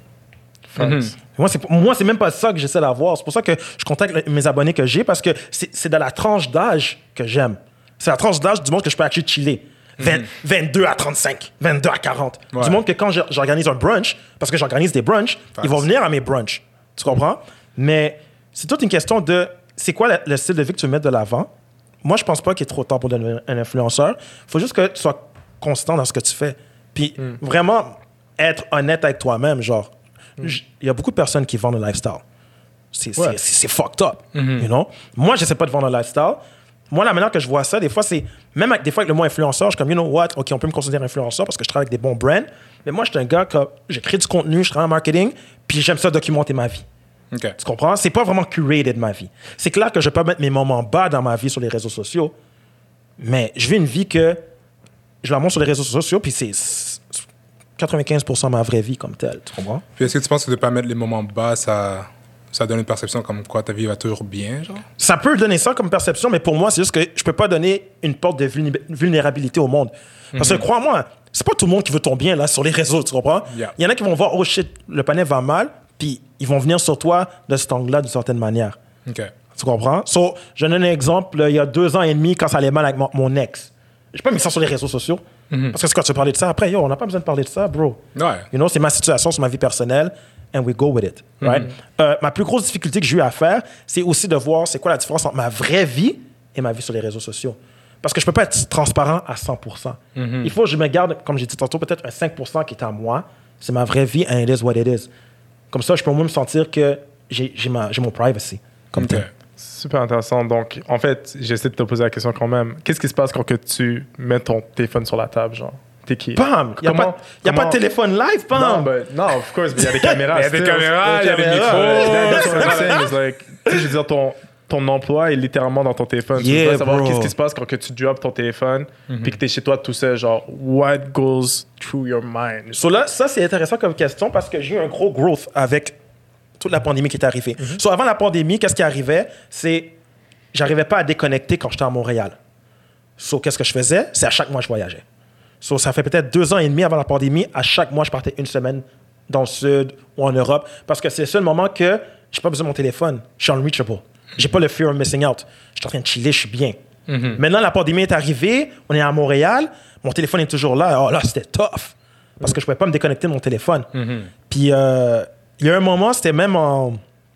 Mm-hmm. Moi, c'est, moi, c'est même pas ça que j'essaie d'avoir. C'est pour ça que je contacte mes abonnés que j'ai, parce que c'est, c'est dans la tranche d'âge que j'aime. C'est la tranche d'âge du monde que je peux actually chiller. vingt, mm-hmm. vingt-deux à trente-cinq, vingt-deux à quarante. Ouais. Du monde que quand j'organise un brunch, parce que j'organise des brunchs, Fact. Ils vont venir à mes brunchs. Tu comprends? Mais c'est toute une question de c'est quoi le, le style de vie que tu veux mettre de l'avant. Moi, je pense pas qu'il est trop tard pour devenir un influenceur. Il faut juste que tu sois constant dans ce que tu fais. Puis mm. vraiment être honnête avec toi-même, genre, il mm. y a beaucoup de personnes qui vendent un lifestyle. C'est, ouais. c'est, c'est, c'est fucked up, mm-hmm. you know? Moi, j'essaie pas de vendre un lifestyle. Moi, la manière que je vois ça, des fois, c'est... Même avec, des fois, avec le mot influenceur, je suis comme, you know what? OK, on peut me considérer influenceur parce que je travaille avec des bons brands. Mais moi, je suis un gars que j'écris du contenu, je travaille en marketing, puis j'aime ça documenter ma vie. Okay. Tu comprends? C'est pas vraiment curated ma vie. C'est clair que je peux mettre mes moments bas dans ma vie sur les réseaux sociaux, mais je vis une vie que je la montre sur les réseaux sociaux, puis c'est quatre-vingt-quinze pour cent de ma vraie vie comme telle. Tu comprends? Puis est-ce que tu penses que de ne pas mettre les moments bas, ça, ça donne une perception comme quoi ta vie va toujours bien, genre? Ça peut donner ça comme perception, mais pour moi, c'est juste que je peux pas donner une porte de vulnérabilité au monde. Parce mm-hmm. que crois-moi, c'est pas tout le monde qui veut ton bien là sur les réseaux, tu comprends? Yeah. Il y en a qui vont voir, oh shit, le panier va mal, puis ils vont venir sur toi de cet angle-là d'une certaine manière. OK. Tu comprends? So, je donne un exemple, il y a deux ans et demi, quand ça allait mal avec mon, mon ex. J'ai pas mis ça sur les réseaux sociaux. Mm-hmm. Parce que c'est quand tu veux parler de ça, après, yo, on n'a pas besoin de parler de ça, bro. Ouais. You know, c'est ma situation, c'est ma vie personnelle, and we go with it, right? Mm-hmm. Euh, ma plus grosse difficulté que j'ai eu à faire, c'est aussi de voir c'est quoi la différence entre ma vraie vie et ma vie sur les réseaux sociaux. Parce que je peux pas être transparent à cent pour cent. Mm-hmm. Il faut que je me garde, comme j'ai dit tantôt, peut-être un cinq pour cent qui est à moi. C'est ma vraie vie, and it is what it is. Comme ça, je peux au moins me sentir que j'ai, j'ai, ma, j'ai mon privacy. Comme okay. tel. Super intéressant. Donc, en fait, j'essaie de te poser la question quand même. Qu'est-ce qui se passe quand que tu mets ton téléphone sur la table, genre? T'es qui? Bam! Il n'y a, comment... a pas de téléphone live, bam! Non, but, non, of course, il y a des caméras. Il y a des caméras, il y a des micros. That's what I'm saying. Like, tu sais, je veux dire, ton... ton emploi est littéralement dans ton téléphone. Yeah, tu veux pas savoir bro. qu'est-ce qui se passe quand que tu drops ton téléphone mm-hmm. puis que t'es chez toi tout seul, genre, what goes through your mind? So là, ça, c'est intéressant comme question parce que j'ai eu un gros growth avec toute la pandémie qui est arrivée. Mm-hmm. So avant la pandémie, qu'est-ce qui arrivait? C'est j'arrivais pas à déconnecter quand j'étais à Montréal. So qu'est-ce que je faisais? C'est à chaque mois, je voyageais. So ça fait peut-être deux ans et demi avant la pandémie, à chaque mois, je partais une semaine dans le sud ou en Europe parce que c'est le seul moment que j'ai pas besoin de mon téléphone. Je suis unreachable. J'ai pas le fear of missing out. Je suis en train de chiller, je suis bien. Mm-hmm. Maintenant, la pandémie est arrivée, on est à Montréal, mon téléphone est toujours là. Oh là, c'était tough parce que je pouvais pas me déconnecter de mon téléphone. Mm-hmm. Puis euh, il y a un moment, c'était même en,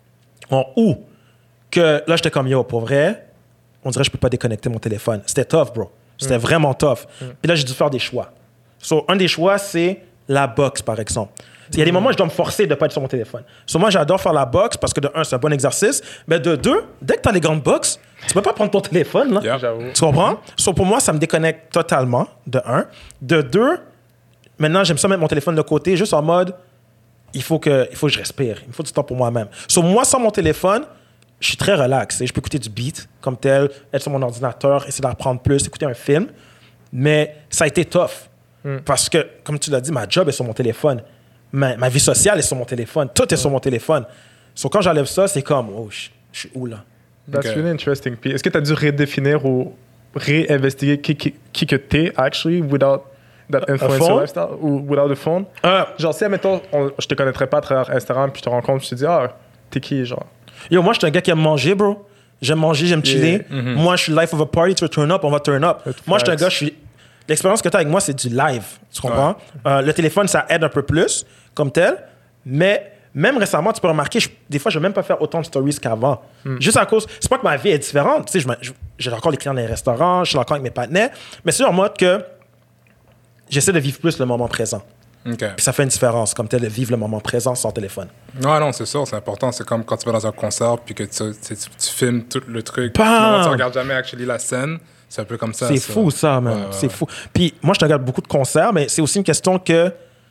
en août, que là, j'étais comme, yo, pour vrai, on dirait que je peux pas déconnecter mon téléphone. C'était tough, bro. C'était mm. vraiment tough. Mm. Puis là, j'ai dû faire des choix. So, un des choix, c'est la boxe, par exemple. Il y a des moments où je dois me forcer de ne pas être sur mon téléphone. So, moi, j'adore faire la boxe parce que, de un, c'est un bon exercice. Mais de deux, dès que tu as les grandes boxes, tu peux pas prendre ton téléphone. Là. Yeah. Tu comprends? So, pour moi, ça me déconnecte totalement, de un. De deux, maintenant, j'aime ça mettre mon téléphone de côté, juste en mode, il faut que, il faut que je respire. Il me faut du temps pour moi-même. So, moi, sans mon téléphone, je suis très relax. Je peux écouter du beat comme tel, être sur mon ordinateur, essayer d'apprendre plus, écouter un film. Mais ça a été tough. Mm. Parce que, comme tu l'as dit, ma job est sur mon téléphone. Ma, ma vie sociale est sur mon téléphone. Tout est mm. sur mon téléphone. So, quand j'enlève ça, c'est comme, oh, je, je suis où là? That's okay. really interesting. Puis, est-ce que tu as dû redéfinir ou réinvestiguer qui, qui, qui que t'es, actually, without that influencer lifestyle ou without the phone? Uh, genre, si, admettons, on, je te connaîtrais pas à travers Instagram, puis je te rencontre, je te dis, ah, t'es qui, genre? Yo, moi, je suis un gars qui aime manger, bro. J'aime manger, j'aime chiller. Yeah. Mm-hmm. Moi, je suis life of a party. Tu veux turn up, on va turn up. Moi, je suis un gars, je suis... L'expérience que tu as avec moi, c'est du live. Tu comprends? Ouais. Euh, le téléphone, ça aide un peu plus, comme tel. Mais même récemment, tu peux remarquer, je, des fois, je ne vais même pas faire autant de stories qu'avant. Mm. Juste à cause... C'est pas que ma vie est différente. Tu sais, je, je, j'ai encore les clients dans les restaurants, je suis encore avec mes partenaires. Mais c'est en mode que j'essaie de vivre plus le moment présent. Okay. Puis ça fait une différence, comme tel, de vivre le moment présent sans téléphone. Non, non, c'est sûr, c'est important. C'est comme quand tu vas dans un concert puis que tu, tu, tu, tu filmes tout le truc. Bam! Tu regardes jamais actually la scène. C'est un peu comme ça. C'est ça. fou, ça, man. Ouais, ouais, c'est ouais. fou. Puis moi, je te regarde beaucoup de concerts, mais c'est aussi une question que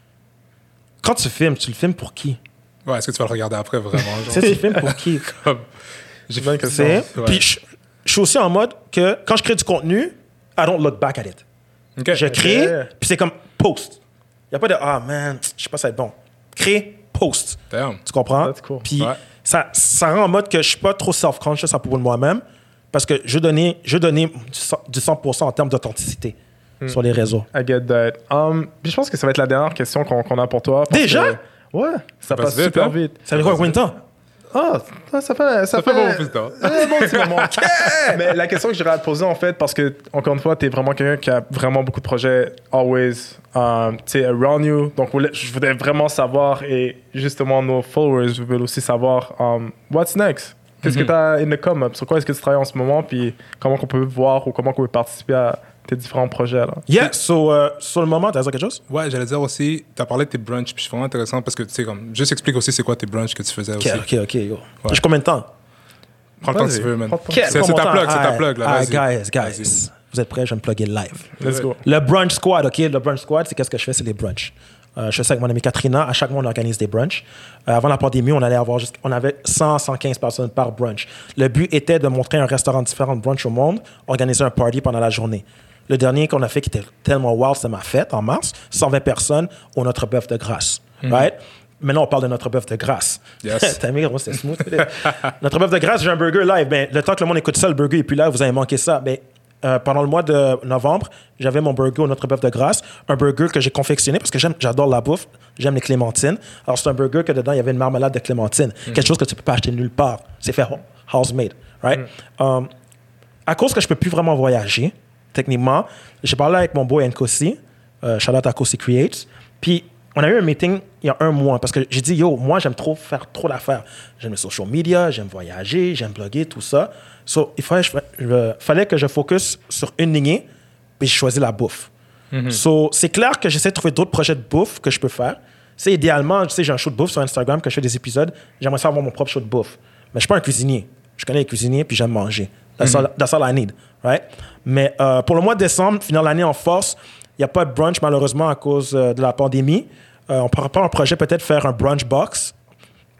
quand tu filmes, tu le filmes pour qui? Ouais, est-ce que tu vas le regarder après, vraiment? C'est tu le filmes pour qui? Comme... J'ai fait que ça. Ouais. Puis je, je suis aussi en mode que quand je crée du contenu, I don't look back at it. Okay. Je crée, okay. Puis c'est comme post. Il n'y a pas de « Ah, man, je sais pas si ça va être bon. » Crée, post. Damn. Tu comprends? Cool. Puis ouais. ça, ça rend en mode que je ne suis pas trop self-conscious à propos de moi-même parce que je donnais, je donnais du cent pour cent en termes d'authenticité mm. sur les réseaux. I get that. Um, puis je pense que ça va être la dernière question qu'on, qu'on a pour toi. Déjà? Que, ouais, ça, ça passe, passe vite, super hein? vite. Ça fait quoi, combien de temps? Ah, ça, ça fait ça, ça fait, fait bon plus tard. Un bon petit moment. Mais la question que j'aurais à te poser en fait, parce que encore une fois, t'es vraiment quelqu'un qui a vraiment beaucoup de projets, always, um, tu sais, around you. Donc je voudrais vraiment savoir et justement nos followers veulent aussi savoir um, what's next. Qu'est-ce mm-hmm. que t'as in the come up? Sur quoi est-ce que tu travailles en ce moment? Puis comment qu'on peut voir ou comment qu'on peut participer à tes différents projets là. Yeah, so, uh, sur le moment, t'as dit quelque chose? Ouais, j'allais dire aussi, t'as parlé de tes brunchs, puis c'est vraiment intéressant parce que tu sais, comme, juste explique aussi c'est quoi tes brunchs que tu faisais okay, aussi. Ok, ok, yo. Ouais. J'ai combien de temps? Prends le temps que tu veux, man. C'est, c'est, c'est ta plug, c'est ta plug, là. Vas-y. Guys, guys, vas-y. Vous êtes prêts? Je vais me plugger live. Let's go. Le brunch squad, ok? Le brunch squad, c'est qu'est-ce que je fais? C'est les brunchs. Euh, je fais ça avec mon amie Katrina. À chaque mois, on organise des brunchs. Euh, avant la pandémie, on allait avoir juste, on avait cent à cent quinze personnes par brunch. Le but était de montrer un restaurant différent de brunch au monde, organiser un party pendant la journée. Le dernier qu'on a fait qui était tellement wild, c'était ma fête en mars. cent vingt personnes au notre bœuf de grâce. Mm-hmm. Right? Maintenant, on parle de notre bœuf de grâce. Yes. T'as mis, c'est smooth. Notre bœuf de grâce, j'ai un burger live. Ben, le temps que le monde écoute ça, le burger est plus là, vous avez manqué ça. Ben, euh, pendant le mois de novembre, j'avais mon burger au notre bœuf de grâce. Un burger que j'ai confectionné parce que j'aime, j'adore la bouffe. J'aime les clémentines. Alors, c'est un burger que dedans, il y avait une marmelade de clémentine. Mm-hmm. Quelque chose que tu ne peux pas acheter nulle part. C'est fait house-made. Right? Mm-hmm. Um, à cause que je ne peux plus vraiment voyager, techniquement, j'ai parlé avec mon boy Nkosi, euh, shout out à Kosi Creates, puis on a eu un meeting il y a un mois parce que j'ai dit, yo, moi, j'aime trop faire trop d'affaires. J'aime les social media, j'aime voyager, j'aime bloguer, tout ça. So, il fallait, je, je, fallait que je focus sur une lignée, puis j'ai choisi la bouffe. Mm-hmm. So, c'est clair que j'essaie de trouver d'autres projets de bouffe que je peux faire. C'est idéalement, tu sais, j'ai un show de bouffe sur Instagram, que je fais des épisodes. J'aimerais ça avoir mon propre show de bouffe. Mais je suis pas un cuisinier. Je connais les cuisiniers, puis j'aime manger. That's, mm-hmm. all, that's all I need, right? Mais euh, pour le mois de décembre, finir l'année en force, il n'y a pas de brunch, malheureusement, à cause euh, de la pandémie. Euh, on pourra pas un projet, peut-être faire un brunch box.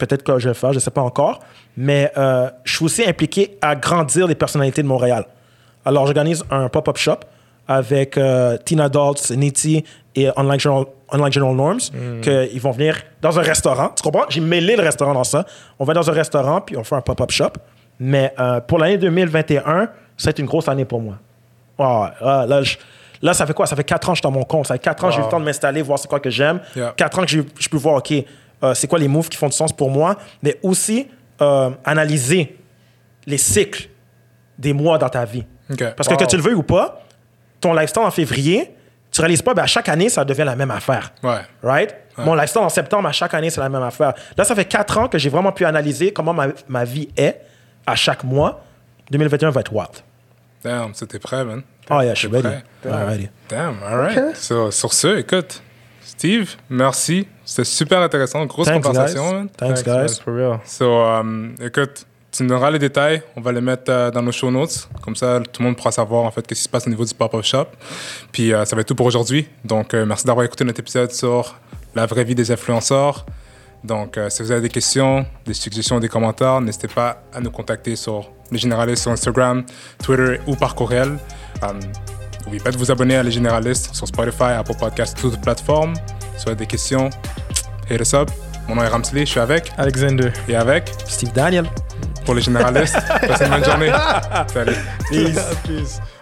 peut-être que je vais le faire, je ne sais pas encore. Mais euh, je suis aussi impliqué à grandir les personnalités de Montréal. Alors, j'organise un pop-up shop avec euh, Teen Adults, Nitty et Unlike General, Unlike General Norms, mm. qu'ils vont venir dans un restaurant. Tu comprends? J'ai mêlé le restaurant dans ça. On va dans un restaurant, puis on fait un pop-up shop. Mais euh, pour l'année deux mille vingt et un, ça va être une grosse année pour moi. Oh, là, là, je, là, ça fait quoi? Ça fait quatre ans que je suis dans mon compte. Ça fait quatre ans que wow. j'ai eu le temps de m'installer, voir c'est quoi que j'aime. Yeah. Quatre ans que je, je peux voir, OK, euh, c'est quoi les moves qui font du sens pour moi, mais aussi euh, analyser les cycles des mois dans ta vie. Okay. Parce wow. que que tu le veuilles ou pas, ton lifestyle en février, tu réalises pas, ben à chaque année, ça devient la même affaire. Ouais. Right? Ouais. Mon lifestyle en septembre, à chaque année, c'est la même affaire. Là, ça fait quatre ans que j'ai vraiment pu analyser comment ma, ma vie est à chaque mois. deux mille vingt et un va être wild. Damn, c'était prêt, man. Oh, yeah, je suis ready. Damn, Damn all right. Okay. So, sur ce, écoute, Steve, merci. C'était super intéressant. Grosse Thanks, conversation, guys. man. Thanks, Thanks, guys. For real. So, um, écoute, tu nous donneras les détails. On va les mettre euh, dans nos show notes. Comme ça, tout le monde pourra savoir, en fait, qu'est-ce qui se passe au niveau du pop-up shop. Puis, euh, ça va être tout pour aujourd'hui. Donc, euh, merci d'avoir écouté notre épisode sur la vraie vie des influenceurs. Donc, euh, si vous avez des questions, des suggestions, des commentaires, n'hésitez pas à nous contacter sur Les Généralistes sur Instagram, Twitter ou par courriel. Um, N'oubliez pas de vous abonner à Les Généralistes sur Spotify, Apple Podcasts, toutes les plateformes. Si vous avez des questions, hit us up. Mon nom est Ramsley, je suis avec Alexander. Et avec Steve Daniel. Pour Les Généralistes. Passez une bonne journée. Salut. Peace. Peace.